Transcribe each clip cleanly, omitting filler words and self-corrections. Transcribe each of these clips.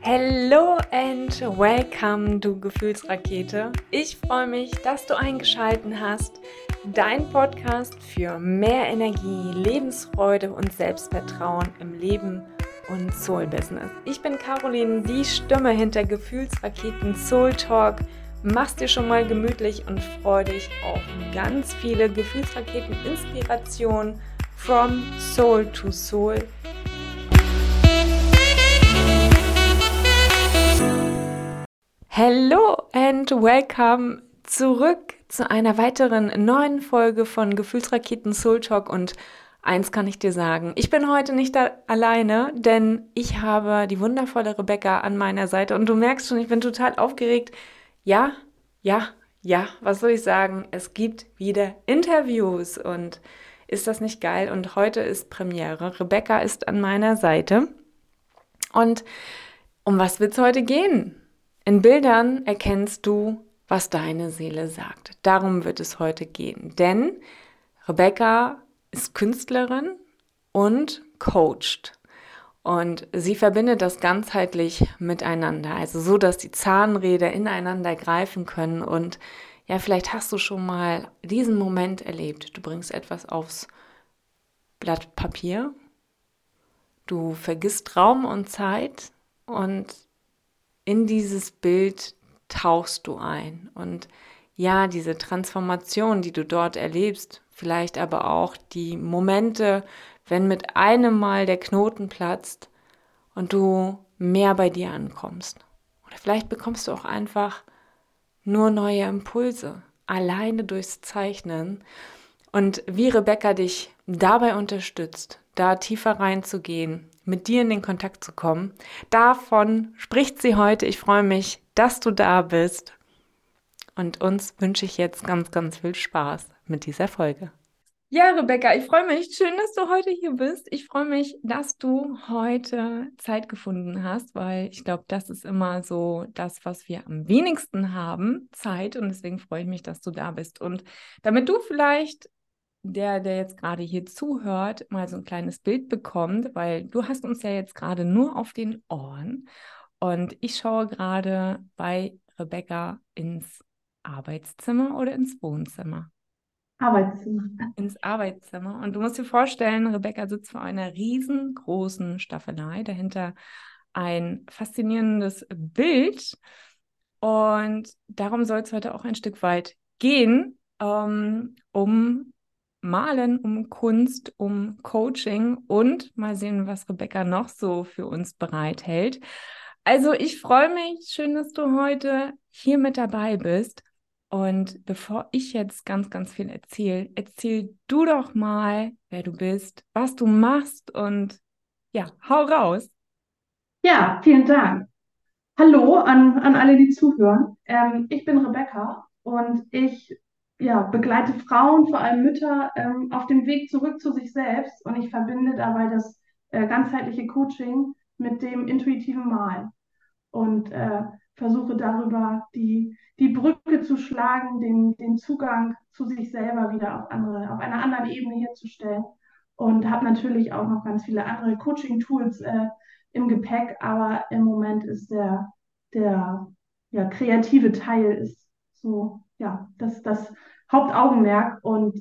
Hello and welcome, du Gefühlsrakete. Ich freue mich, dass du eingeschaltet hast. Dein Podcast für mehr Energie, Lebensfreude und Selbstvertrauen im Leben und Soul Business. Ich bin Caroline, die Stimme hinter Gefühlsraketen Soul Talk. Mach's dir schon mal gemütlich und freu dich auf ganz viele Gefühlsraketen-Inspirationen from Soul to Soul. Hello and welcome zurück zu einer weiteren neuen Folge von Gefühlsraketen Soul Talk. Und eins kann ich dir sagen, ich bin heute nicht alleine, denn ich habe die wundervolle Rebecca an meiner Seite und du merkst schon, ich bin total aufgeregt. Ja, was soll ich sagen? Es gibt wieder Interviews und ist das nicht geil? Und heute ist Premiere. Rebecca ist an meiner Seite. Und um was wird es heute gehen? In Bildern erkennst du, was deine Seele sagt. Darum wird es heute gehen. Denn Rebecca ist Künstlerin und coacht. Und sie verbindet das ganzheitlich miteinander. Also so, dass die Zahnräder ineinander greifen können. Und ja, vielleicht hast du schon mal diesen Moment erlebt. Du bringst etwas aufs Blatt Papier. Du vergisst Raum und Zeit und in dieses Bild tauchst du ein. Und ja, diese Transformation, die du dort erlebst, vielleicht aber auch die Momente, wenn mit einem Mal der Knoten platzt und du mehr bei dir ankommst. Oder vielleicht bekommst du auch einfach nur neue Impulse, alleine durchs Zeichnen. Und wie Rebecca dich dabei unterstützt, da tiefer reinzugehen, mit dir in den Kontakt zu kommen, davon spricht sie heute. Ich freue mich, dass du da bist. Und uns wünsche ich jetzt ganz, ganz viel Spaß mit dieser Folge. Ja, Rebecca, ich freue mich. Schön, dass du heute hier bist. Ich freue mich, dass du heute Zeit gefunden hast, weil ich glaube, das ist immer so das, was wir am wenigsten haben, Zeit. Und deswegen freue ich mich, dass du da bist. Und damit du vielleicht der jetzt gerade hier zuhört, mal so ein kleines Bild bekommt, weil du hast uns ja jetzt gerade nur auf den Ohren und ich schaue gerade bei Rebecca ins Arbeitszimmer oder ins Wohnzimmer? Arbeitszimmer. Ins Arbeitszimmer. Und du musst dir vorstellen, Rebecca sitzt vor einer riesengroßen Staffelei, dahinter ein faszinierendes Bild. Und darum soll es heute auch ein Stück weit gehen, um Malen, um Kunst, um Coaching und mal sehen, was Rebecca noch so für uns bereithält. Also ich freue mich, schön, dass du heute hier mit dabei bist. Und bevor ich jetzt ganz, ganz viel erzähle, erzähl du doch mal, wer du bist, was du machst und ja, hau raus. Ja, vielen Dank. Hallo an alle, die zuhören. Ich bin Rebecca und ich begleite Frauen, vor allem Mütter, auf dem Weg zurück zu sich selbst und ich verbinde dabei das ganzheitliche Coaching mit dem intuitiven Malen und versuche darüber die Brücke zu schlagen, den Zugang zu sich selber wieder auf einer anderen Ebene herzustellen und habe natürlich auch noch ganz viele andere Coaching-Tools im Gepäck, aber im Moment ist der kreative Teil ist so, ja, das Hauptaugenmerk und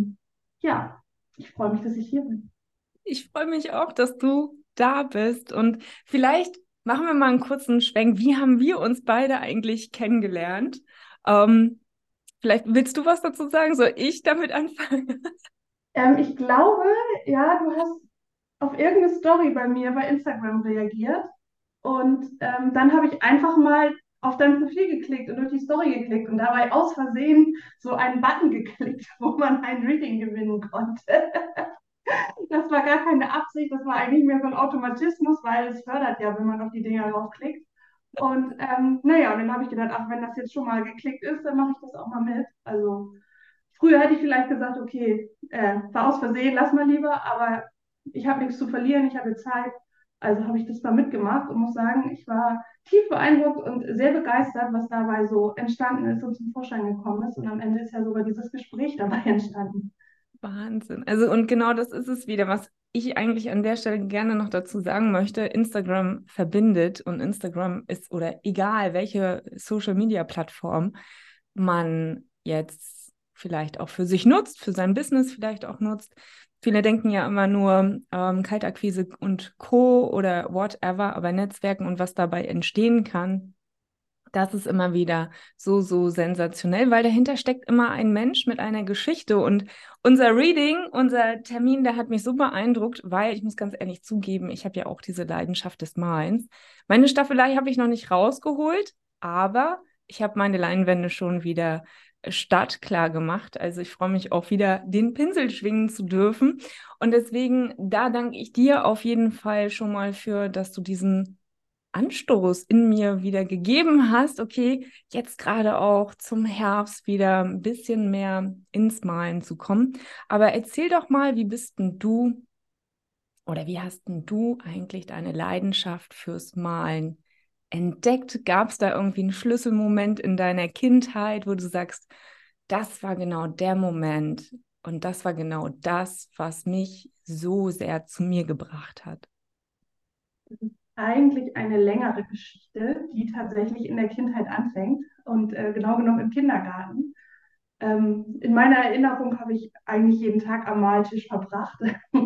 ja, ich freue mich, dass ich hier bin. Ich freue mich auch, dass du da bist. Und vielleicht machen wir mal einen kurzen Schwenk. Wie haben wir uns beide eigentlich kennengelernt? Ähm, Vielleicht willst du was dazu sagen? Soll ich damit anfangen? Ich glaube, ja, du hast auf irgendeine Story bei mir bei Instagram reagiert. Und dann habe ich einfach mal auf dein Profil geklickt und durch die Story geklickt und dabei aus Versehen so einen Button geklickt, wo man ein Reading gewinnen konnte. Das war gar keine Absicht, das war eigentlich mehr so ein Automatismus, weil es fördert ja, wenn man auf die Dinger draufklickt. Und naja, und dann habe ich gedacht, ach, wenn das jetzt schon mal geklickt ist, dann mache ich das auch mal mit. Also früher hätte ich vielleicht gesagt, okay, war aus Versehen, lass mal lieber, aber ich habe nichts zu verlieren, ich habe Zeit. Also habe ich das mal mitgemacht und muss sagen, ich war tief beeindruckt und sehr begeistert, was dabei so entstanden ist und zum Vorschein gekommen ist. Und am Ende ist ja sogar dieses Gespräch dabei entstanden. Wahnsinn. Also, und genau das ist es wieder, was ich eigentlich an der Stelle gerne noch dazu sagen möchte, Instagram verbindet und Instagram ist, oder egal welche Social-Media-Plattform man jetzt vielleicht auch für sich nutzt, für sein Business vielleicht auch nutzt. Viele denken ja immer nur Kaltakquise und Co. oder whatever, aber Netzwerken und was dabei entstehen kann, das ist immer wieder so, so sensationell, weil dahinter steckt immer ein Mensch mit einer Geschichte. Und unser Reading, unser Termin, der hat mich so beeindruckt, weil ich muss ganz ehrlich zugeben, ich habe ja auch diese Leidenschaft des Malens. Meine Staffelei habe ich noch nicht rausgeholt, aber ich habe meine Leinwände schon wieder startklar gemacht. Also ich freue mich auch wieder, den Pinsel schwingen zu dürfen. Und deswegen, da danke ich dir auf jeden Fall schon mal für, dass du diesen Anstoß in mir wieder gegeben hast, okay, jetzt gerade auch zum Herbst wieder ein bisschen mehr ins Malen zu kommen. Aber erzähl doch mal, wie bist denn du oder wie hast denn du eigentlich deine Leidenschaft fürs Malen entdeckt? Gab es da irgendwie einen Schlüsselmoment in deiner Kindheit, wo du sagst, das war genau der Moment und das war genau das, was mich so sehr zu mir gebracht hat? Eigentlich eine längere Geschichte, die tatsächlich in der Kindheit anfängt und genau genommen im Kindergarten. In meiner Erinnerung habe ich eigentlich jeden Tag am Maltisch verbracht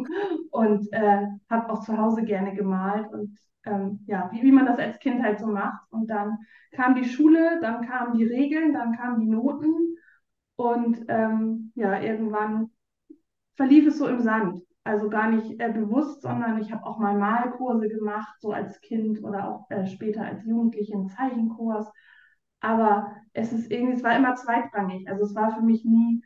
und habe auch zu Hause gerne gemalt und ja, wie man das als Kind halt so macht. Und dann kam die Schule, dann kamen die Regeln, dann kamen die Noten und ja, irgendwann verlief es so im Sand. Also gar nicht bewusst, sondern ich habe auch mal Malkurse gemacht, so als Kind oder auch später als Jugendliche einen Zeichenkurs. Aber es ist irgendwie, es war immer zweitrangig. Also es war für mich nie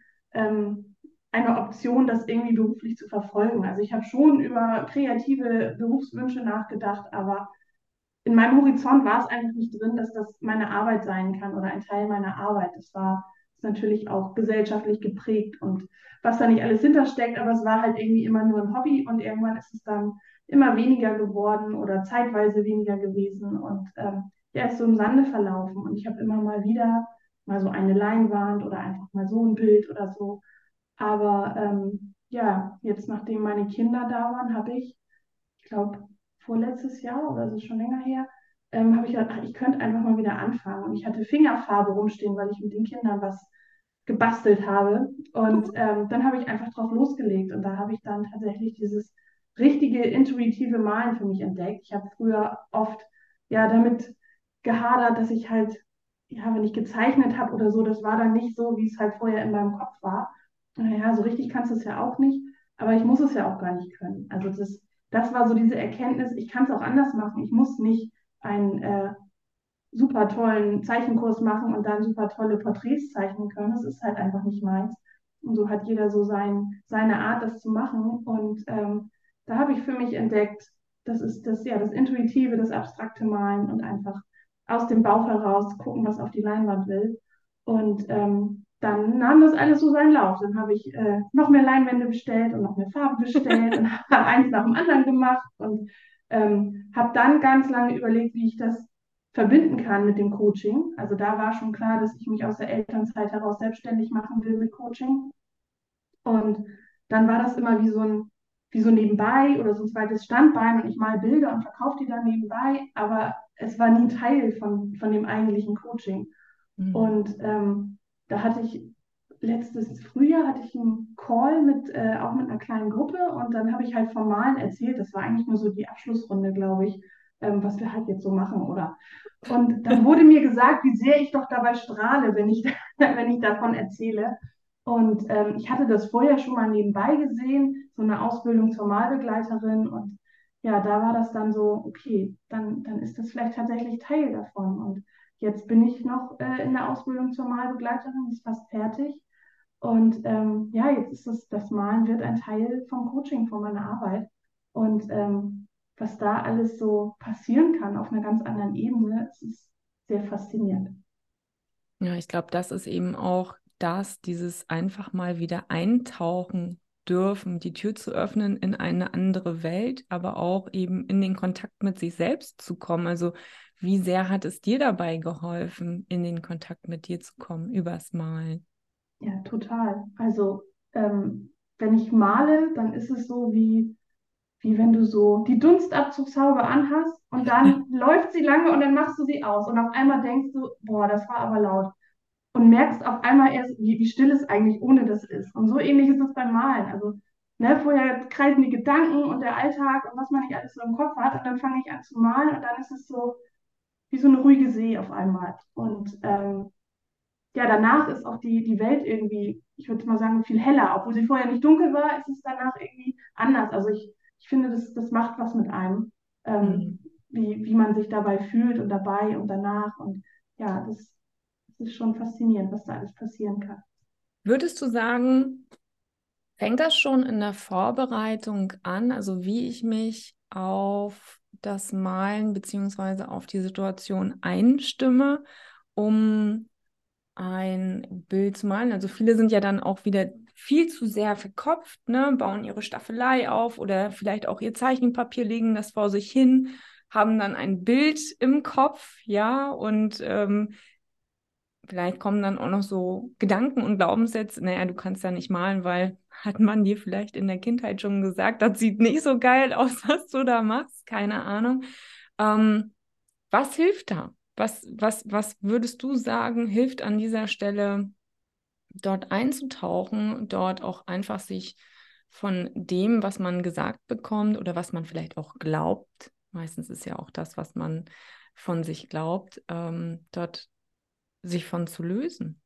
eine Option, das irgendwie beruflich zu verfolgen. Also ich habe schon über kreative Berufswünsche nachgedacht, aber in meinem Horizont war es einfach nicht drin, dass das meine Arbeit sein kann oder ein Teil meiner Arbeit. Das war ist natürlich auch gesellschaftlich geprägt und was da nicht alles hintersteckt, aber es war halt irgendwie immer nur ein Hobby und irgendwann ist es dann immer weniger geworden oder zeitweise weniger gewesen und ja, ist so im Sande verlaufen und ich habe immer mal wieder mal so eine Leinwand oder einfach mal so ein Bild oder so. Aber ja, jetzt nachdem meine Kinder da waren, habe ich glaube, vorletztes Jahr oder so schon länger her, habe ich gedacht, ach, ich könnte einfach mal wieder anfangen. Und ich hatte Fingerfarbe rumstehen, weil ich mit den Kindern was gebastelt habe. Und dann habe ich einfach drauf losgelegt. Und da habe ich dann tatsächlich dieses richtige intuitive Malen für mich entdeckt. Ich habe früher oft ja damit gehadert, dass ich halt, ja, wenn ich gezeichnet habe oder so, das war dann nicht so, wie es halt vorher in meinem Kopf war. Naja, so richtig kannst du es ja auch nicht, aber ich muss es ja auch gar nicht können. Also das war so diese Erkenntnis, ich kann es auch anders machen. Ich muss nicht einen super tollen Zeichenkurs machen und dann super tolle Porträts zeichnen können. Das ist halt einfach nicht meins. Und so hat jeder so seine Art, das zu machen. Und da habe ich für mich entdeckt, das ist das, ja, das Intuitive, das abstrakte Malen und einfach aus dem Bauch heraus gucken, was auf die Leinwand will. Und dann nahm das alles so seinen Lauf. Dann habe ich noch mehr Leinwände bestellt und noch mehr Farben bestellt und habe eins nach dem anderen gemacht und habe dann ganz lange überlegt, wie ich das verbinden kann mit dem Coaching. Also da war schon klar, dass ich mich aus der Elternzeit heraus selbstständig machen will mit Coaching. Und dann war das immer wie so nebenbei oder so ein zweites Standbein und ich mal Bilder und verkaufe die dann nebenbei, aber es war nie Teil von dem eigentlichen Coaching. Mhm. Und da hatte ich letztes Frühjahr hatte ich einen Call mit auch mit einer kleinen Gruppe und dann habe ich halt vom Malen erzählt. Das war eigentlich nur so die Abschlussrunde, glaube ich, was wir halt jetzt so machen, oder? Und dann wurde mir gesagt, wie sehr ich doch dabei strahle, wenn ich, wenn ich davon erzähle. Und ich hatte das vorher schon mal nebenbei gesehen, so eine Ausbildung zur Malbegleiterin. Und ja, da war das dann so, okay, dann ist das vielleicht tatsächlich Teil davon. Und jetzt bin ich noch in der Ausbildung zur Malbegleiterin, ist fast fertig. Und ja, jetzt ist das Malen wird ein Teil vom Coaching, von meiner Arbeit. Und was da alles so passieren kann auf einer ganz anderen Ebene, es ist sehr faszinierend. Ja, ich glaube, das ist eben auch das, dieses einfach mal wieder eintauchen dürfen, die Tür zu öffnen in eine andere Welt, aber auch eben in den Kontakt mit sich selbst zu kommen. Also wie sehr hat es dir dabei geholfen, in den Kontakt mit dir zu kommen, übers Malen? Ja, total. Also wenn ich male, dann ist es so wie wie wenn du so die Dunstabzugshaube anhast und dann läuft sie lange und dann machst du sie aus und auf einmal denkst du, boah, das war aber laut. Und merkst auf einmal erst, wie still es eigentlich ohne das ist. Und so ähnlich ist es beim Malen. Also, ne, vorher kreisen die Gedanken und der Alltag und was man nicht alles so im Kopf hat und dann fange ich an zu malen und dann ist es so wie so eine ruhige See auf einmal. Und ja, danach ist auch die Welt irgendwie, ich würde mal sagen, viel heller. Obwohl sie vorher nicht dunkel war, ist es danach irgendwie anders. Also ich finde, das macht was mit einem, Mhm. wie man sich dabei fühlt und dabei und danach. Und ja, das ist schon faszinierend, was da alles passieren kann. Würdest du sagen, fängt das schon in der Vorbereitung an, also wie ich mich auf das Malen beziehungsweise auf die Situation einstimme, um ein Bild zu malen? Also viele sind ja dann auch wieder viel zu sehr verkopft, ne? Bauen ihre Staffelei auf oder vielleicht auch ihr Zeichenpapier, legen das vor sich hin, haben dann ein Bild im Kopf, ja, und vielleicht kommen dann auch noch so Gedanken und Glaubenssätze. Naja, du kannst ja nicht malen, weil hat man dir vielleicht in der Kindheit schon gesagt, das sieht nicht so geil aus, was du da machst. Keine Ahnung. Ähm, Was hilft da? Was würdest du sagen, hilft an dieser Stelle, dort einzutauchen, dort auch einfach sich von dem, was man gesagt bekommt oder was man vielleicht auch glaubt, meistens ist ja auch das, was man von sich glaubt, dort sich von zu lösen?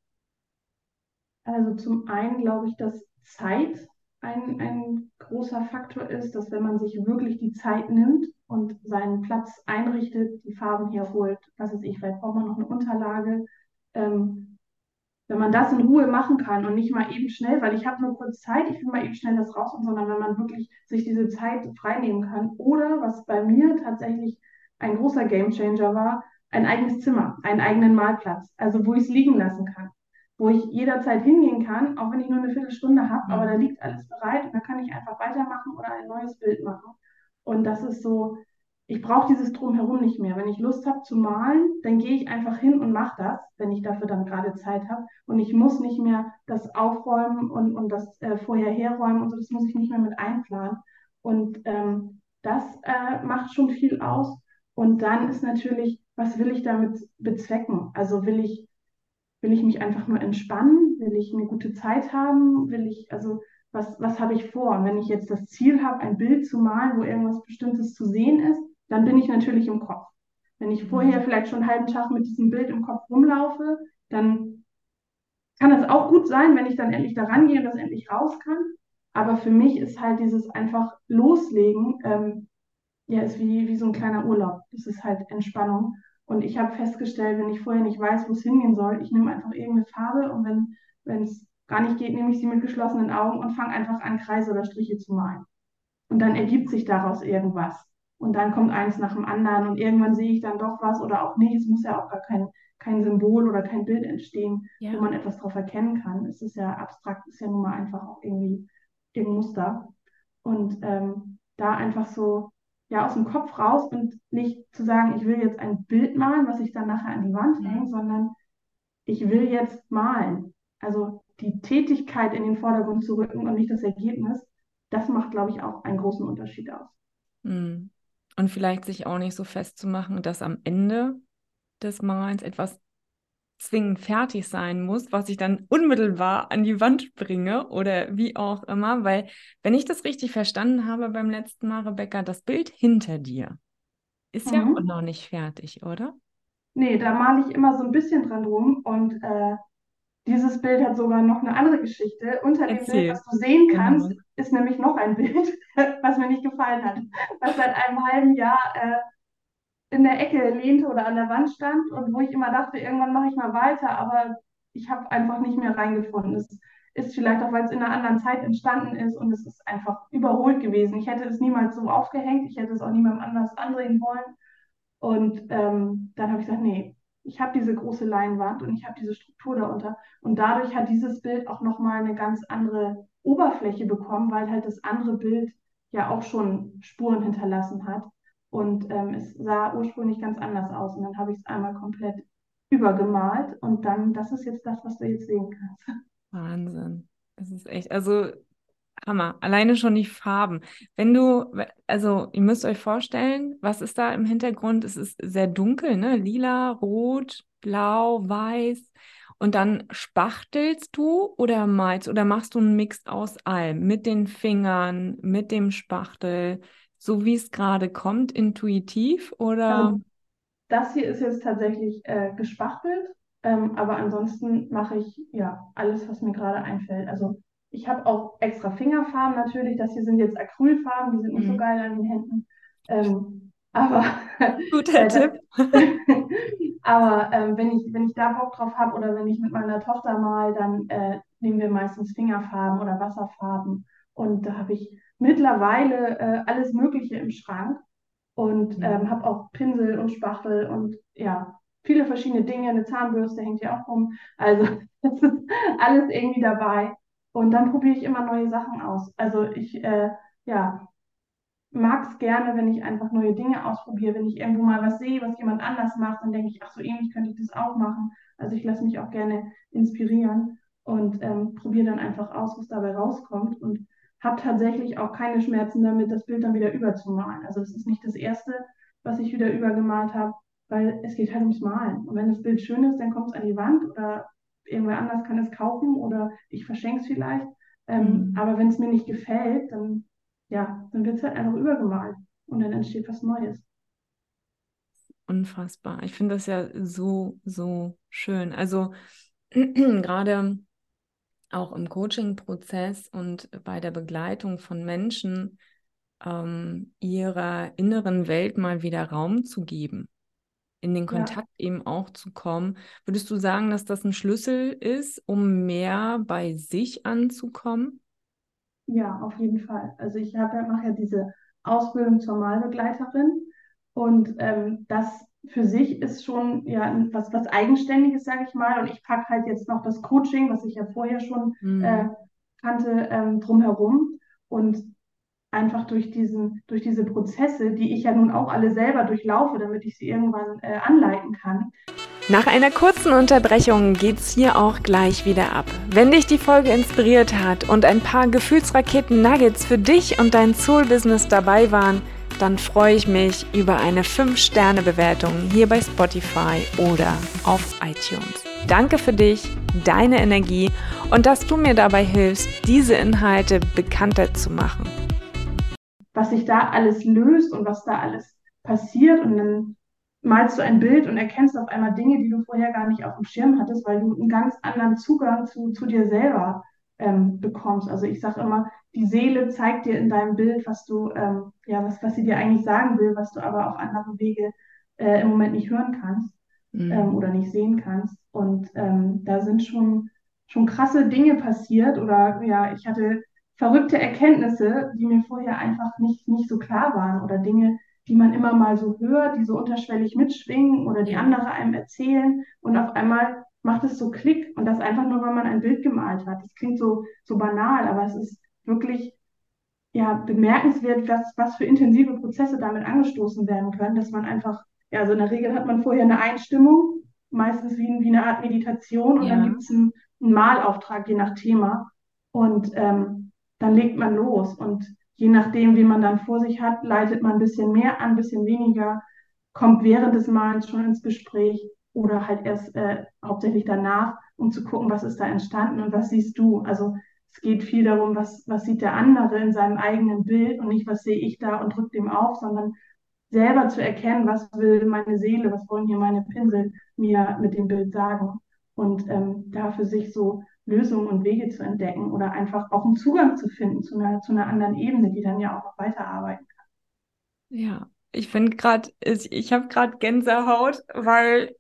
Also zum einen glaube ich, dass Zeit ein großer Faktor ist, dass wenn man sich wirklich die Zeit nimmt und seinen Platz einrichtet, die Farben herholt, was weiß ich, vielleicht braucht man noch eine Unterlage, ähm, wenn man das in Ruhe machen kann und nicht mal eben schnell, weil ich habe nur kurz Zeit, ich will mal eben schnell das raus, und sondern wenn man wirklich sich diese Zeit freinehmen kann. Oder was bei mir tatsächlich ein großer Gamechanger war, ein eigenes Zimmer, einen eigenen Malplatz, also wo ich es liegen lassen kann, wo ich jederzeit hingehen kann, auch wenn ich nur eine Viertelstunde habe, aber da Mhm. liegt alles bereit und da kann ich einfach weitermachen oder ein neues Bild machen. Und das ist so, ich brauche dieses Drumherum nicht mehr. Wenn ich Lust habe zu malen, dann gehe ich einfach hin und mache das, wenn ich dafür dann gerade Zeit habe. Und ich muss nicht mehr das aufräumen und das vorher herräumen und so, das muss ich nicht mehr mit einplanen. Und das macht schon viel aus. Und dann ist natürlich, was will ich damit bezwecken? Also will ich mich einfach nur entspannen? Will ich eine gute Zeit haben? Also was habe ich vor? Und wenn ich jetzt das Ziel habe, ein Bild zu malen, wo irgendwas Bestimmtes zu sehen ist, dann bin ich natürlich im Kopf. Wenn ich vorher Mhm. vielleicht schon einen halben Tag mit diesem Bild im Kopf rumlaufe, dann kann es auch gut sein, wenn ich dann endlich da rangehe und das endlich raus kann. Aber für mich ist halt dieses einfach Loslegen, ja, ist wie so ein kleiner Urlaub. Das ist halt Entspannung. Und ich habe festgestellt, wenn ich vorher nicht weiß, wo es hingehen soll, ich nehme einfach irgendeine Farbe und wenn es gar nicht geht, nehme ich sie mit geschlossenen Augen und fange einfach an, Kreise oder Striche zu malen. Und dann ergibt sich daraus irgendwas. Und dann kommt eins nach dem anderen und irgendwann sehe ich dann doch was oder auch nicht. Es muss ja auch gar kein Symbol oder kein Bild entstehen, wo Ja. man etwas drauf erkennen kann. Es ist ja abstrakt, ist ja nun mal einfach auch irgendwie irgendein Muster. Und da einfach so ja aus dem Kopf raus und nicht zu sagen, ich will jetzt ein Bild malen, was ich dann nachher an die Wand hänge, Mhm. sondern ich will jetzt malen. Also die Tätigkeit in den Vordergrund zu rücken und nicht das Ergebnis, das macht, glaube ich, auch einen großen Unterschied aus. Mhm. Und vielleicht sich auch nicht so festzumachen, dass am Ende des Malens etwas zwingend fertig sein muss, was ich dann unmittelbar an die Wand bringe oder wie auch immer, weil wenn ich das richtig verstanden habe beim letzten Mal, Rebecca, das Bild hinter dir ist ja auch Mhm. noch nicht fertig, oder? Nee, da male ich immer so ein bisschen dran rum und dieses Bild hat sogar noch eine andere Geschichte. Unter dem Bild, Erzähl. was du sehen kannst, Genau. ist nämlich noch ein Bild, was mir nicht gefallen hat, was seit einem halben Jahr in der Ecke lehnte oder an der Wand stand und wo ich immer dachte, irgendwann mache ich mal weiter, aber ich habe einfach nicht mehr reingefunden. Es ist vielleicht auch, weil es in einer anderen Zeit entstanden ist und es ist einfach überholt gewesen. Ich hätte es niemals so aufgehängt, ich hätte es auch niemandem anders andrehen wollen. Und dann habe ich gesagt, nee, ich habe diese große Leinwand und ich habe diese Struktur darunter. Und dadurch hat dieses Bild auch nochmal eine ganz andere Oberfläche bekommen, weil halt das andere Bild ja auch schon Spuren hinterlassen hat. Und es sah ursprünglich ganz anders aus. Und dann habe ich es einmal komplett übergemalt. Und dann, das ist jetzt das, was du jetzt sehen kannst. Wahnsinn. Es ist echt, also Hammer. Alleine schon die Farben. Also ihr müsst euch vorstellen, was ist da im Hintergrund? Es ist sehr dunkel, ne? Lila, rot, blau, weiß. Und dann spachtelst du oder malst oder machst du einen Mix aus allem? Mit den Fingern, mit dem Spachtel, so wie es gerade kommt, intuitiv oder? Also das hier ist jetzt tatsächlich gespachtelt, aber ansonsten mache ich ja alles, was mir gerade einfällt. Also ich habe auch extra Fingerfarben natürlich. Das hier sind jetzt Acrylfarben, die sind nicht so Mhm. geil an den Händen. Aber Guter äh, Tipp. da, aber wenn ich da Bock drauf habe oder wenn ich mit meiner Tochter mal, dann nehmen wir meistens Fingerfarben oder Wasserfarben. Und da habe ich mittlerweile alles Mögliche im Schrank und Mhm. habe auch Pinsel und Spachtel und ja, viele verschiedene Dinge. Eine Zahnbürste hängt hier auch rum. Also das ist alles irgendwie dabei. Und dann probiere ich immer neue Sachen aus. Also ich ja, mag es gerne, wenn ich einfach neue Dinge ausprobiere. Wenn ich irgendwo mal was sehe, was jemand anders macht, dann denke ich, ach, so ähnlich könnte ich das auch machen. Also ich lasse mich auch gerne inspirieren und probiere dann einfach aus, was dabei rauskommt und habe tatsächlich auch keine Schmerzen damit, das Bild dann wieder überzumalen. Also es ist nicht das erste, was ich wieder übergemalt habe, weil es geht halt ums Malen. Und wenn das Bild schön ist, dann kommt es an die Wand oder irgendwer anders kann es kaufen oder ich verschenke es vielleicht. Mhm. Aber wenn es mir nicht gefällt, dann ja, dann wird es halt einfach übergemalt und dann entsteht was Neues. Unfassbar. Ich finde das ja so, so schön. Also gerade auch im Coaching-Prozess und bei der Begleitung von Menschen, ihrer inneren Welt mal wieder Raum zu geben, in den Ja, Kontakt eben auch zu kommen. Würdest du sagen, dass das ein Schlüssel ist, um mehr bei sich anzukommen? ja, auf jeden Fall. Also mache ja diese Ausbildung zur Malbegleiterin und das für sich ist schon ja was Eigenständiges, sage ich mal. Und ich packe halt jetzt noch das Coaching, was ich ja vorher schon Mhm. kannte, drumherum. Und einfach durch diese Prozesse, die ich ja nun auch alle selber durchlaufe, damit ich sie irgendwann anleiten kann. Nach einer kurzen Unterbrechung geht's hier auch gleich wieder ab. Wenn dich die Folge inspiriert hat und ein paar Gefühlsraketen-Nuggets für dich und dein Soul-Business dabei waren, dann freue ich mich über eine 5-Sterne-Bewertung hier bei Spotify oder auf iTunes. Danke für dich, deine Energie und dass du mir dabei hilfst, diese Inhalte bekannter zu machen. Was sich da alles löst und was da alles passiert. Und dann malst du ein Bild und erkennst auf einmal Dinge, die du vorher gar nicht auf dem Schirm hattest, weil du einen ganz anderen Zugang zu dir selber bekommst. Also ich sage immer, die Seele zeigt dir in deinem Bild, was du, ja, was sie dir eigentlich sagen will, was du aber auf andere Wege im Moment nicht hören kannst Mhm. oder nicht sehen kannst. Und da sind schon krasse Dinge passiert oder ja, ich hatte verrückte Erkenntnisse, die mir vorher einfach nicht so klar waren oder Dinge, die man immer mal so hört, die so unterschwellig mitschwingen oder die Ja. andere einem erzählen und auf einmal macht es so Klick und das einfach nur, weil man ein Bild gemalt hat. Das klingt so banal, aber es ist wirklich ja, bemerkenswert, was für intensive Prozesse damit angestoßen werden können, dass man einfach, ja, also in der Regel hat man vorher eine Einstimmung, meistens wie eine Art Meditation und dann Ja. gibt es einen Malauftrag, je nach Thema. Und dann legt man los. Und je nachdem, wie man dann vor sich hat, leitet man ein bisschen mehr an, ein bisschen weniger, kommt während des Malens schon ins Gespräch oder halt erst hauptsächlich danach, um zu gucken, was ist da entstanden und was siehst du. Also es geht viel darum, was sieht der andere in seinem eigenen Bild und nicht, was sehe ich da und drücke dem auf, sondern selber zu erkennen, was will meine Seele, was wollen hier meine Pinsel mir mit dem Bild sagen. Und da für sich so Lösungen und Wege zu entdecken oder einfach auch einen Zugang zu finden zu einer anderen Ebene, die dann ja auch noch weiterarbeiten kann. Ja, ich finde gerade, ich habe gerade Gänsehaut, weil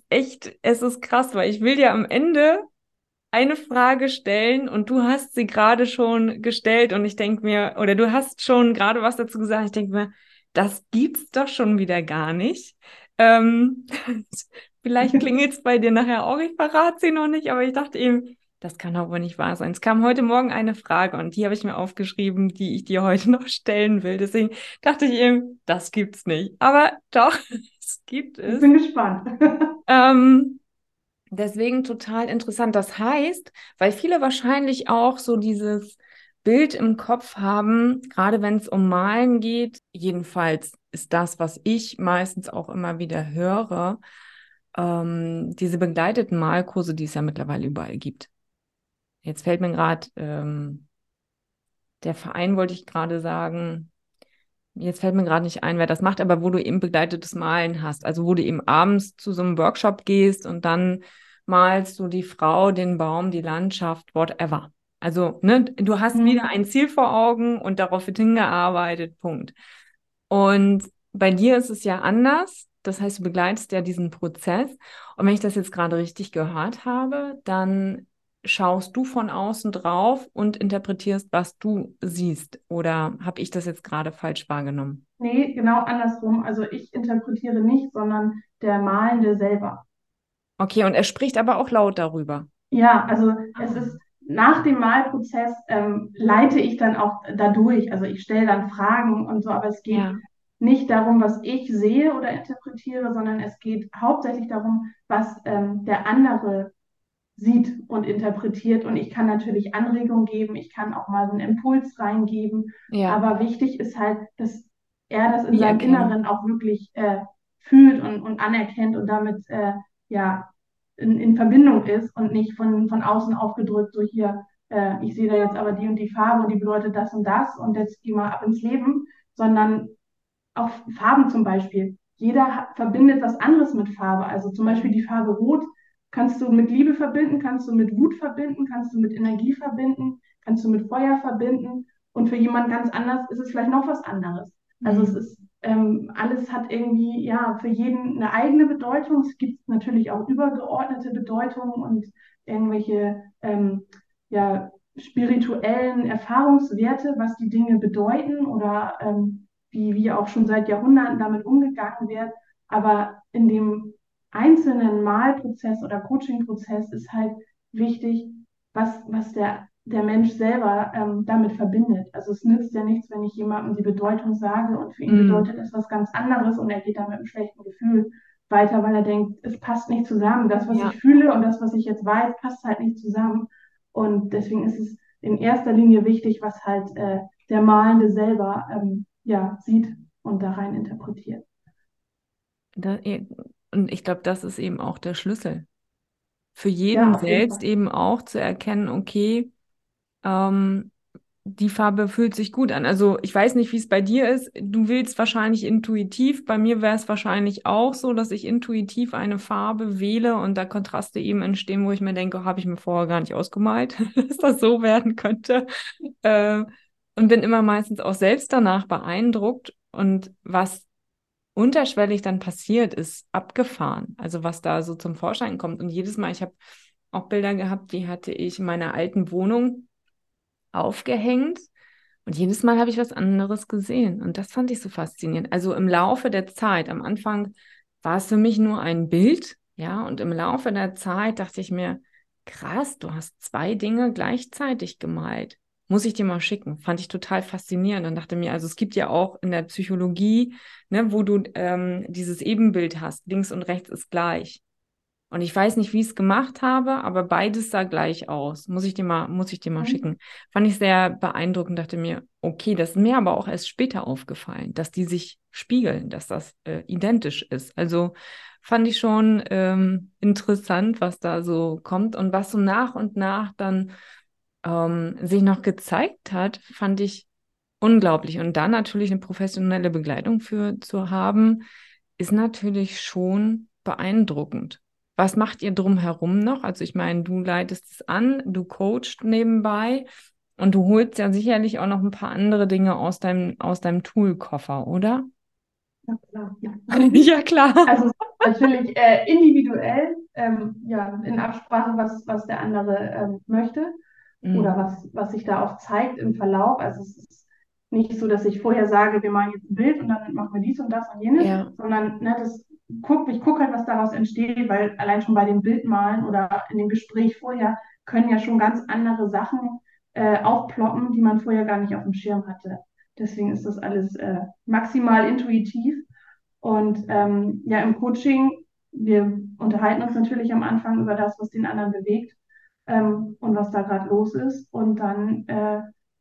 es ist krass, weil ich will dir am Ende eine Frage stellen und du hast sie gerade schon gestellt und ich denke mir, oder du hast schon gerade was dazu gesagt, ich denke mir, das gibt's doch schon wieder gar nicht. Ähm, vielleicht klingelt es bei dir nachher auch, ich verrate sie noch nicht, aber ich dachte eben, das kann doch wohl nicht wahr sein. Es kam heute Morgen eine Frage und die habe ich mir aufgeschrieben, die ich dir heute noch stellen will. Deswegen dachte ich eben, das gibt's nicht. Aber doch, es gibt Ich es. bin gespannt. Ähm, Deswegen total interessant. Das heißt, weil viele wahrscheinlich auch so dieses, Bild im Kopf haben, gerade wenn es um Malen geht. Jedenfalls ist das, was ich meistens auch immer wieder höre, diese begleiteten Malkurse, die es ja mittlerweile überall gibt. Jetzt fällt mir gerade der Verein, wollte ich gerade sagen. Jetzt fällt mir gerade nicht ein, wer das macht, aber wo du eben begleitetes Malen hast. Also wo du eben abends zu so einem Workshop gehst und dann malst du die Frau, den Baum, die Landschaft, whatever. Also, ne, du hast wieder Mhm. ein Ziel vor Augen und darauf wird hingearbeitet, Punkt. Und bei dir ist es ja anders. Das heißt, du begleitest ja diesen Prozess. Und wenn ich das jetzt gerade richtig gehört habe, dann schaust du von außen drauf und interpretierst, was du siehst. Oder habe ich das jetzt gerade falsch wahrgenommen? Nee, genau andersrum. Also ich interpretiere nicht, sondern der Malende selber. Okay, und er spricht aber auch laut darüber. Ja, also es Ah, ist nach dem Malprozess leite ich dann auch dadurch. Also ich stelle dann Fragen und so, aber es geht ja. nicht darum, was ich sehe oder interpretiere, sondern es geht hauptsächlich darum, was der andere sieht und interpretiert. Und ich kann natürlich Anregungen geben, ich kann auch mal so einen Impuls reingeben. Ja, Aber wichtig ist halt, dass er das in wie seinem erkennen. Inneren auch wirklich fühlt und anerkennt und damit ja in Verbindung ist und nicht von außen aufgedrückt, so hier, ich sehe da jetzt aber die und die Farbe und die bedeutet das und das und jetzt geh mal ab ins Leben, sondern auch Farben zum Beispiel. Jeder verbindet was anderes mit Farbe. Also zum Beispiel Mhm. die Farbe Rot kannst du mit Liebe verbinden, kannst du mit Wut verbinden, kannst du mit Energie verbinden, kannst du mit Feuer verbinden. Und für jemand ganz anders ist es vielleicht noch was anderes. Also es Mhm. ist, alles hat irgendwie, ja, für jeden eine eigene Bedeutung. Es gibt natürlich auch übergeordnete Bedeutungen und irgendwelche, ja, spirituellen Erfahrungswerte, was die Dinge bedeuten oder wie auch schon seit Jahrhunderten damit umgegangen wird. Aber in dem einzelnen Malprozess oder Coachingprozess ist halt wichtig, was der Mensch selber damit verbindet. Also es nützt ja nichts, wenn ich jemandem die Bedeutung sage und für ihn Mhm. bedeutet es was ganz anderes und er geht dann mit einem schlechten Gefühl weiter, weil er denkt, es passt nicht zusammen. Das, was Ja. ich fühle und das, was ich jetzt weiß, passt halt nicht zusammen. Und deswegen ist es in erster Linie wichtig, was halt der Malende selber ja, sieht und da rein interpretiert. Da, und ich glaube, das ist eben auch der Schlüssel. Für Ja, jeden auf jeden selbst Fall. eben auch zu erkennen, okay, ähm, die Farbe fühlt sich gut an. Also ich weiß nicht, wie es bei dir ist. Du willst wahrscheinlich intuitiv. Bei mir wäre es wahrscheinlich auch so, dass ich intuitiv eine Farbe wähle und da Kontraste eben entstehen, wo ich mir denke, habe ich mir vorher gar nicht ausgemalt, dass das so werden könnte. Äh, und bin immer meistens auch selbst danach beeindruckt. Und was unterschwellig dann passiert, ist abgefahren. Also was da so zum Vorschein kommt. Und jedes Mal, ich habe auch Bilder gehabt, die hatte ich in meiner alten Wohnung aufgehängt. Und jedes Mal habe ich was anderes gesehen. Und das fand ich so faszinierend. Also im Laufe der Zeit, am Anfang war es für mich nur ein Bild, ja, und im Laufe der Zeit dachte ich mir, krass, du hast zwei Dinge gleichzeitig gemalt. Muss ich dir mal schicken. Fand ich total faszinierend und dachte mir, also es gibt ja auch in der Psychologie, ne, wo du dieses Ebenbild hast, links und rechts ist gleich. Und ich weiß nicht, wie ich es gemacht habe, aber beides sah gleich aus. Muss ich dir mal Mhm. schicken. Fand ich sehr beeindruckend, dachte mir, okay, das ist mir aber auch erst später aufgefallen, dass die sich spiegeln, dass das identisch ist. Also fand ich schon interessant, was da so kommt und was so nach und nach dann sich noch gezeigt hat, fand ich unglaublich. Und da natürlich eine professionelle Begleitung für zu haben, ist natürlich schon beeindruckend. Was macht ihr drumherum noch? Also ich meine, du leitest es an, du coachst nebenbei und du holst ja sicherlich auch noch ein paar andere Dinge aus deinem Toolkoffer, oder? Ja, klar. Ja. Ja, klar. Also natürlich individuell, ja, in Absprache, was der andere möchte oder Mhm. was sich da auch zeigt im Verlauf. Also es ist nicht so, dass ich vorher sage, wir machen jetzt ein Bild und dann machen wir dies und das und jenes, Ja. sondern ne, ich gucke halt, was daraus entsteht, weil allein schon bei dem Bildmalen oder in dem Gespräch vorher können ja schon ganz andere Sachen aufploppen, die man vorher gar nicht auf dem Schirm hatte. Deswegen ist das alles maximal intuitiv. Und ja, im Coaching, wir unterhalten uns natürlich am Anfang über das, was den anderen bewegt und was da gerade los ist. Und dann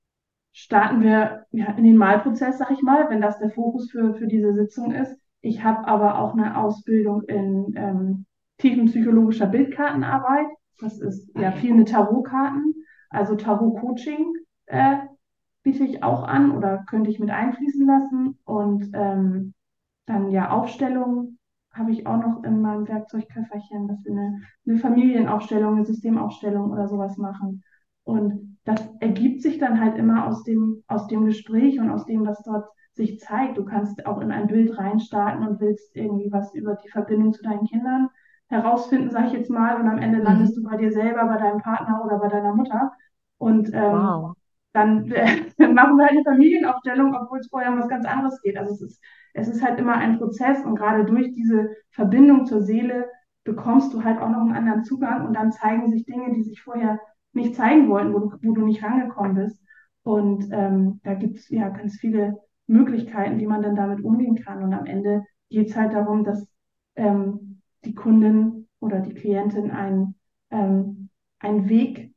starten wir ja, in den Malprozess, sag ich mal, wenn das der Fokus für diese Sitzung ist. Ich habe aber auch eine Ausbildung in tiefenpsychologischer Bildkartenarbeit. Das ist ja Geil. viel mit Tarotkarten, also Tarot-Coaching biete ich auch an oder könnte ich mit einfließen lassen. Und dann ja Aufstellungen habe ich auch noch in meinem Werkzeugköfferchen, dass wir eine Familienaufstellung, eine Systemaufstellung oder sowas machen. Und das ergibt sich dann halt immer aus dem Gespräch und aus dem, was dort sich zeigt. Du kannst auch in ein Bild reinstarten und willst irgendwie was über die Verbindung zu deinen Kindern herausfinden, sage ich jetzt mal, und am Ende landest du Mhm. bei dir selber, bei deinem Partner oder bei deiner Mutter. Und Wow. dann machen wir halt eine Familienaufstellung, obwohl es vorher um was ganz anderes geht. Also es ist halt immer ein Prozess und gerade durch diese Verbindung zur Seele bekommst du halt auch noch einen anderen Zugang und dann zeigen sich Dinge, die sich vorher nicht zeigen wollten, wo du nicht rangekommen bist. Und da gibt es ja ganz viele Möglichkeiten, wie man dann damit umgehen kann. Und am Ende geht es halt darum, dass die Kundin oder die Klientin einen Weg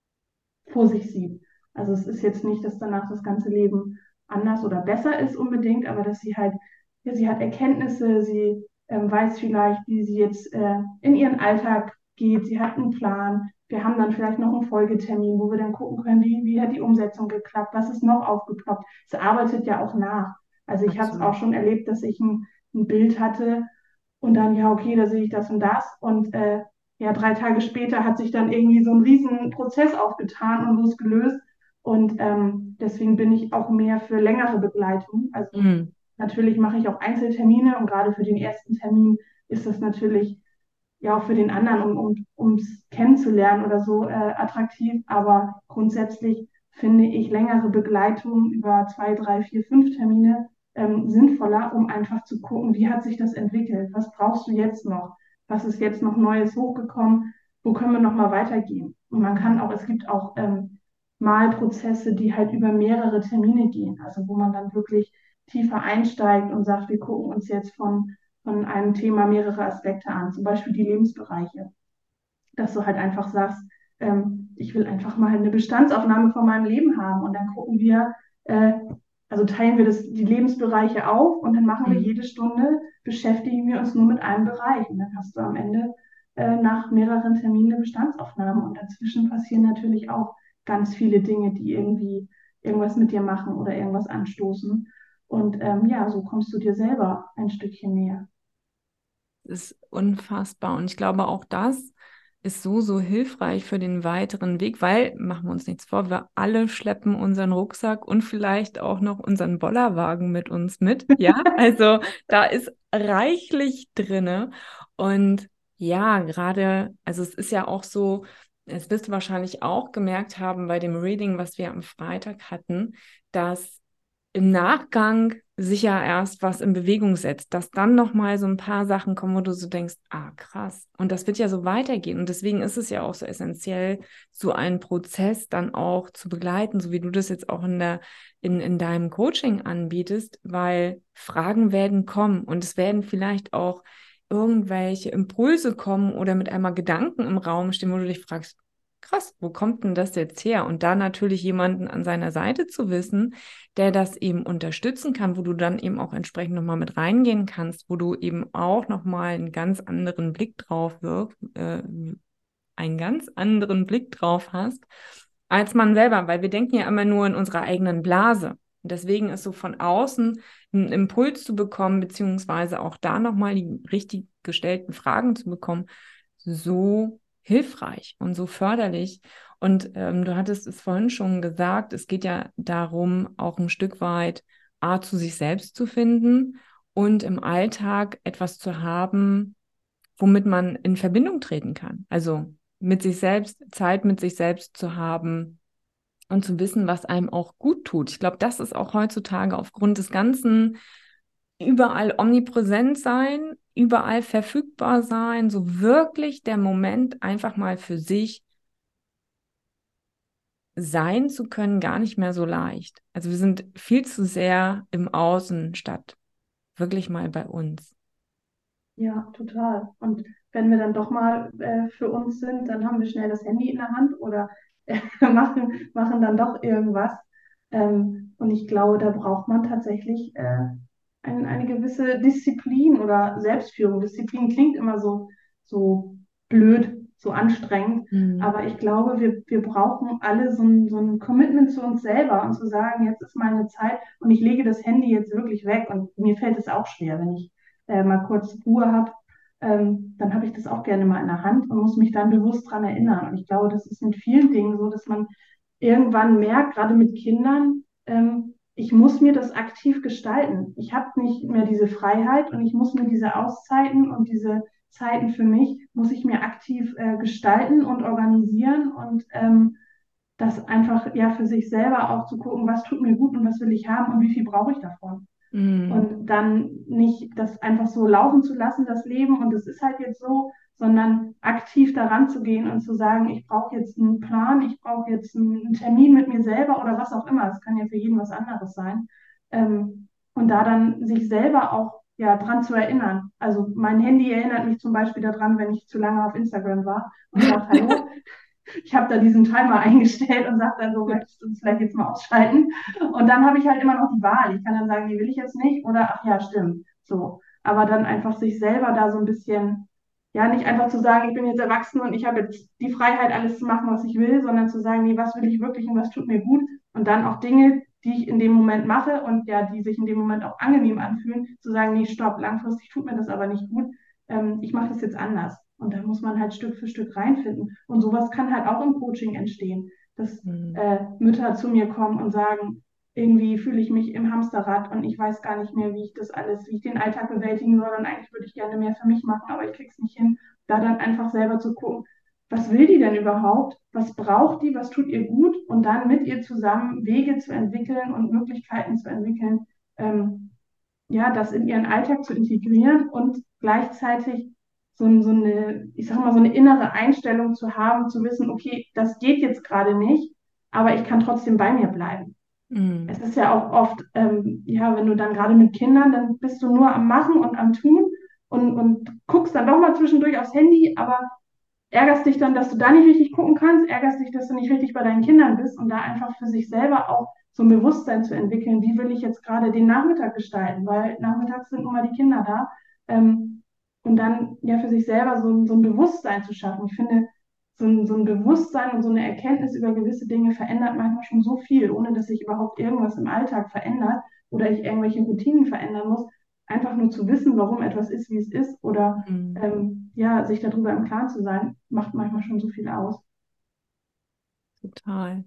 vor sich sieht. Also es ist jetzt nicht, dass danach das ganze Leben anders oder besser ist unbedingt, aber dass sie halt, ja, sie hat Erkenntnisse, sie weiß vielleicht, wie sie jetzt in ihren Alltag geht, sie hat einen Plan. Wir haben dann vielleicht noch einen Folgetermin, wo wir dann gucken können, wie hat die Umsetzung geklappt, was ist noch aufgeploppt. Es arbeitet ja auch nach. Also ich habe es auch Absolut. schon erlebt, dass ich ein Bild hatte und dann, ja, okay, da sehe ich das und das. Und ja, 3 Tage später hat sich dann irgendwie so ein riesen Prozess aufgetan und losgelöst. Und deswegen bin ich auch mehr für längere Begleitung. Also Mhm. natürlich mache ich auch Einzeltermine und gerade für den ersten Termin ist das natürlich ja auch für den anderen, um es kennenzulernen oder so attraktiv. Aber grundsätzlich finde ich längere Begleitung über 2, 3, 4, 5 Termine sinnvoller, um einfach zu gucken, wie hat sich das entwickelt? Was brauchst du jetzt noch? Was ist jetzt noch Neues hochgekommen? Wo können wir noch mal weitergehen? Und man kann Mhm. auch, es gibt auch Malprozesse, die halt über mehrere Termine gehen, also wo man dann wirklich tiefer einsteigt und sagt, wir gucken uns jetzt von einem Thema mehrere Aspekte an, zum Beispiel die Lebensbereiche, dass du halt einfach sagst, ich will einfach mal eine Bestandsaufnahme von meinem Leben haben und dann gucken wir, äh, also teilen wir die Lebensbereiche auf und dann machen wir Mhm. jede Stunde, beschäftigen wir uns nur mit einem Bereich und dann hast du am Ende nach mehreren Terminen eine Bestandsaufnahme und dazwischen passieren natürlich auch ganz viele Dinge, die irgendwie irgendwas mit dir machen oder irgendwas anstoßen und ja, so kommst du dir selber ein Stückchen näher. Ist unfassbar. Und ich glaube, auch das ist so, so hilfreich für den weiteren Weg, weil, machen wir uns nichts vor, wir alle schleppen unseren Rucksack und vielleicht auch noch unseren Bollerwagen mit uns mit. Ja, also da ist reichlich drinne. Und ja, gerade, also es ist ja auch so, das wirst du wahrscheinlich auch gemerkt haben bei dem Reading, was wir am Freitag hatten, dass im Nachgang sich ja erst was in Bewegung setzt, dass dann nochmal so ein paar Sachen kommen, wo du so denkst, ah, krass. Und das wird ja so weitergehen. Und deswegen ist es ja auch so essentiell, so einen Prozess dann auch zu begleiten, so wie du das jetzt auch in deinem Coaching anbietest, weil Fragen werden kommen und es werden vielleicht auch irgendwelche Impulse kommen oder mit einmal Gedanken im Raum stehen, wo du dich fragst, krass, wo kommt denn das jetzt her? Und da natürlich jemanden an seiner Seite zu wissen, der das eben unterstützen kann, wo du dann eben auch entsprechend nochmal mit reingehen kannst, wo du eben auch nochmal einen ganz anderen Blick drauf einen ganz anderen Blick drauf hast, als man selber, weil wir denken ja immer nur in unserer eigenen Blase. Und deswegen ist so von außen einen Impuls zu bekommen, beziehungsweise auch da nochmal die richtig gestellten Fragen zu bekommen, so hilfreich und so förderlich. Und du hattest es vorhin schon gesagt, es geht ja darum, auch ein Stück weit A, zu sich selbst zu finden und im Alltag etwas zu haben, womit man in Verbindung treten kann. Also mit sich selbst, Zeit mit sich selbst zu haben und zu wissen, was einem auch gut tut. Ich glaube, das ist auch heutzutage aufgrund des ganzen überall omnipräsent sein, überall verfügbar sein, so wirklich der Moment einfach mal für sich sein zu können, gar nicht mehr so leicht. Also wir sind viel zu sehr im Außen statt wirklich mal bei uns. Ja, total. Und wenn wir dann doch mal für uns sind, dann haben wir schnell das Handy in der Hand oder machen dann doch irgendwas. Und ich glaube, da braucht man tatsächlich eine gewisse Disziplin oder Selbstführung. Disziplin klingt immer so blöd, so anstrengend. Mhm. Aber ich glaube, wir brauchen alle so ein Commitment zu uns selber und zu sagen, jetzt ist meine Zeit und ich lege das Handy jetzt wirklich weg. Und mir fällt es auch schwer, wenn ich mal kurz Ruhe habe, dann habe ich das auch gerne mal in der Hand und muss mich dann bewusst daran erinnern. Und ich glaube, das ist mit vielen Dingen so, dass man irgendwann merkt, gerade mit Kindern, ich muss mir das aktiv gestalten. Ich habe nicht mehr diese Freiheit und ich muss mir diese Auszeiten und diese Zeiten für mich, muss ich mir aktiv gestalten und organisieren und das einfach ja für sich selber auch zu gucken, was tut mir gut und was will ich haben und wie viel brauche ich davon. Mhm. Und dann nicht das einfach so laufen zu lassen, das Leben, und es ist halt jetzt so, sondern aktiv daran zu gehen und zu sagen, ich brauche jetzt einen Plan, ich brauche jetzt einen Termin mit mir selber oder was auch immer. Es kann ja für jeden was anderes sein. Und da dann sich selber auch ja, dran zu erinnern. Also mein Handy erinnert mich zum Beispiel daran, wenn ich zu lange auf Instagram war und sagt, hallo, ich habe da diesen Timer eingestellt und sage dann so, Gut. möchtest du uns vielleicht jetzt mal ausschalten? Und dann habe ich halt immer noch die Wahl. Ich kann dann sagen, die will ich jetzt nicht oder ach ja, stimmt. So. Aber dann einfach sich selber da so ein bisschen, ja, nicht einfach zu sagen, ich bin jetzt erwachsen und ich habe jetzt die Freiheit, alles zu machen, was ich will, sondern zu sagen, nee, was will ich wirklich und was tut mir gut? Und dann auch Dinge, die ich in dem Moment mache und ja, die sich in dem Moment auch angenehm anfühlen, zu sagen, nee, stopp, langfristig tut mir das aber nicht gut. Ich mache das jetzt anders. Und da muss man halt Stück für Stück reinfinden. Und sowas kann halt auch im Coaching entstehen, dass Mhm. Mütter zu mir kommen und sagen, irgendwie fühle ich mich im Hamsterrad und ich weiß gar nicht mehr, wie ich das alles, wie ich den Alltag bewältigen soll. Und eigentlich würde ich gerne mehr für mich machen, aber ich kriege es nicht hin. Da dann einfach selber zu gucken, was will die denn überhaupt? Was braucht die? Was tut ihr gut? Und dann mit ihr zusammen Wege zu entwickeln und Möglichkeiten zu entwickeln, ja, das in ihren Alltag zu integrieren und gleichzeitig so eine, ich sag mal, so eine innere Einstellung zu haben, zu wissen, okay, das geht jetzt gerade nicht, aber ich kann trotzdem bei mir bleiben. Es Mhm. ist ja auch oft, ja, wenn du dann gerade mit Kindern, dann bist du nur am Machen und am Tun und guckst dann doch mal zwischendurch aufs Handy, aber ärgerst dich dann, dass du da nicht richtig gucken kannst, ärgerst dich, dass du nicht richtig bei deinen Kindern bist und da einfach für sich selber auch so ein Bewusstsein zu entwickeln, wie will ich jetzt gerade den Nachmittag gestalten, weil nachmittags sind nun mal die Kinder da. Und dann ja für sich selber so ein Bewusstsein zu schaffen. Ich finde, so ein Bewusstsein und so eine Erkenntnis über gewisse Dinge verändert manchmal schon so viel, ohne dass sich überhaupt irgendwas im Alltag verändert oder ich irgendwelche Routinen verändern muss. Einfach nur zu wissen, warum etwas ist, wie es ist, oder Mhm. ja, sich darüber im Klaren zu sein, macht manchmal schon so viel aus. Total,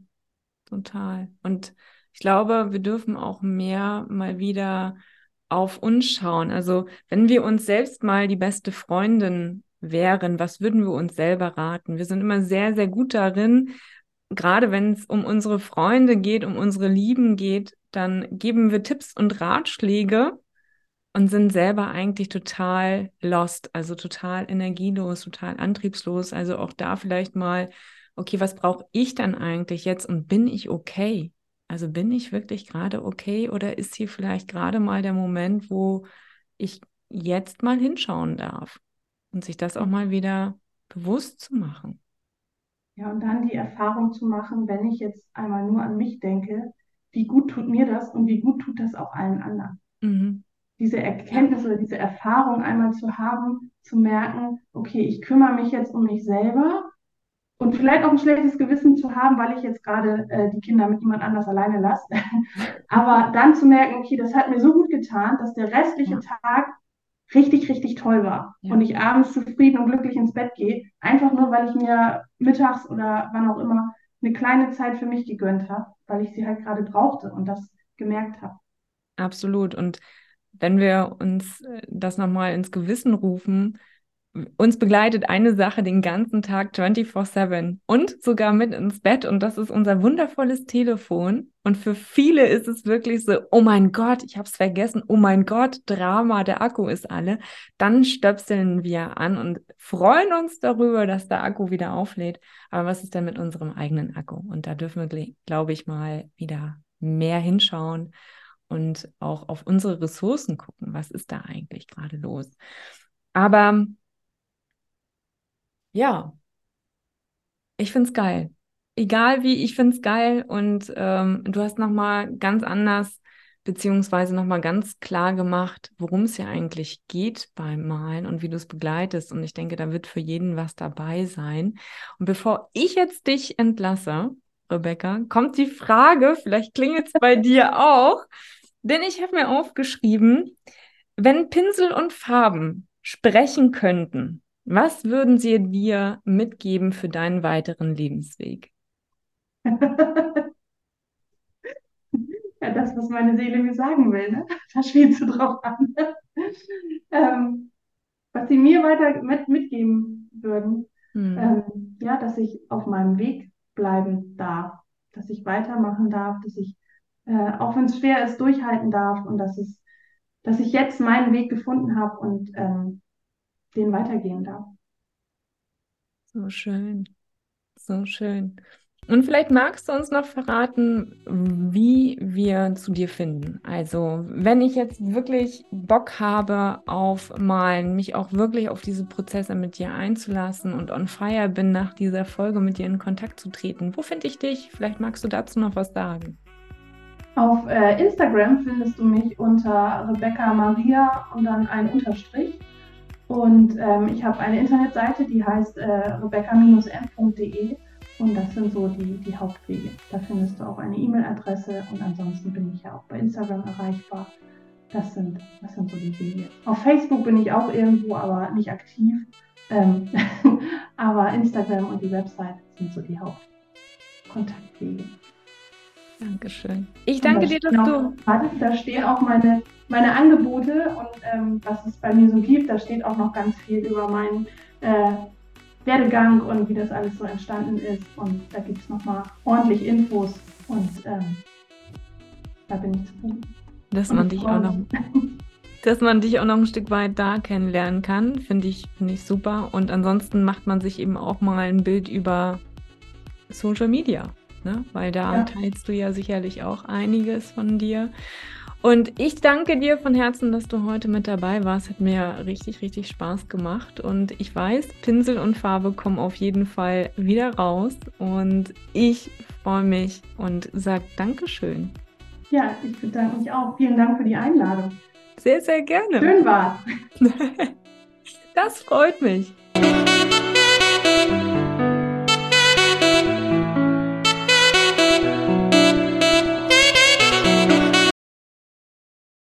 total. Und ich glaube, wir dürfen auch mehr mal wieder auf uns schauen. Also, wenn wir uns selbst mal die beste Freundin wären, was würden wir uns selber raten? Wir sind immer sehr, sehr gut darin, gerade wenn es um unsere Freunde geht, um unsere Lieben geht, dann geben wir Tipps und Ratschläge und sind selber eigentlich total lost, also total energielos, total antriebslos. Also auch da vielleicht mal, okay, was brauche ich dann eigentlich jetzt und bin ich okay? Also bin ich wirklich gerade okay oder ist hier vielleicht gerade mal der Moment, wo ich jetzt mal hinschauen darf und sich das auch mal wieder bewusst zu machen? Ja, und dann die Erfahrung zu machen, wenn ich jetzt einmal nur an mich denke, wie gut tut mir das und wie gut tut das auch allen anderen. Mhm. Diese Ja. Erkenntnis oder diese Erfahrung einmal zu haben, zu merken, okay, ich kümmere mich jetzt um mich selber und vielleicht auch ein schlechtes Gewissen zu haben, weil ich jetzt gerade die Kinder mit jemand anders alleine lasse. Aber dann zu merken, okay, das hat mir so gut getan, dass der restliche Ja, Tag richtig, richtig toll war und ja. ich abends zufrieden und glücklich ins Bett gehe, einfach nur, weil ich mir mittags oder wann auch immer eine kleine Zeit für mich gegönnt habe, weil ich sie halt gerade brauchte und das gemerkt habe. Absolut. Und wenn wir uns das nochmal ins Gewissen rufen, uns begleitet eine Sache den ganzen Tag 24/7 und sogar mit ins Bett und das ist unser wundervolles Telefon. Und für viele ist es wirklich so, oh mein Gott, ich habe es vergessen, oh mein Gott, Drama, der Akku ist alle. Dann stöpseln wir an und freuen uns darüber, dass der Akku wieder auflädt. Aber was ist denn mit unserem eigenen Akku? Und da dürfen wir, glaube ich, mal wieder mehr hinschauen und auch auf unsere Ressourcen gucken. Was ist da eigentlich gerade los? Aber ja, ich finde es geil. egal wie, ich finde es geil und du hast nochmal ganz anders beziehungsweise nochmal ganz klar gemacht, worum es ja eigentlich geht beim Malen und wie du es begleitest. Und ich denke, da wird für jeden was dabei sein. Und bevor ich jetzt dich entlasse, Rebecca, kommt die Frage, vielleicht klingelt es bei dir auch, denn ich habe mir aufgeschrieben, wenn Pinsel und Farben sprechen könnten, was würden sie dir mitgeben für deinen weiteren Lebensweg? Ja, das, was meine Seele mir sagen will, ne? Da spielst du drauf an. Ähm, was sie mir weiter mitgeben würden, Hm, ja, dass ich auf meinem Weg bleiben darf, dass ich weitermachen darf, dass ich, auch wenn es schwer ist, durchhalten darf und dass ich jetzt meinen Weg gefunden habe und den weitergehen darf. so schön, so schön. Und vielleicht magst du uns noch verraten, wie wir zu dir finden. Also, wenn ich jetzt wirklich Bock habe auf Malen, mich auch wirklich auf diese Prozesse mit dir einzulassen und on fire bin, nach dieser Folge mit dir in Kontakt zu treten, wo finde ich dich? Vielleicht magst du dazu noch was sagen. Auf Instagram findest du mich unter Rebecca Maria und dann ein Unterstrich. Und ich habe eine Internetseite, die heißt rebecca-n.de und das sind so die Hauptwege. Da findest du auch eine E-Mail-Adresse und ansonsten bin ich ja auch bei Instagram erreichbar. Das sind so die Wege. Auf Facebook bin ich auch irgendwo, aber nicht aktiv. Ähm, aber Instagram und die Website sind so die Hauptkontaktwege. Dankeschön. Ich Und danke dir, dass du. da stehen auch meine Angebote und was es bei mir so gibt. Da steht auch noch ganz viel über meinen Werdegang und wie das alles so entstanden ist. Und da gibt es nochmal ordentlich Infos und da bin ich zu finden. Dass Und man ich dich auch freue noch, mich. dass man dich auch noch ein Stück weit da kennenlernen kann, finde ich super. Und ansonsten macht man sich eben auch mal ein Bild über Social Media, ne? Weil da Ja, teilst du ja sicherlich auch einiges von dir. Und ich danke dir von Herzen, dass du heute mit dabei warst. Hat mir richtig, richtig Spaß gemacht. Und ich weiß, Pinsel und Farbe kommen auf jeden Fall wieder raus. Und ich freue mich und sage Dankeschön. ja, ich bedanke mich auch. Vielen Dank für die Einladung. Sehr, sehr gerne. Schön war's. Das freut mich.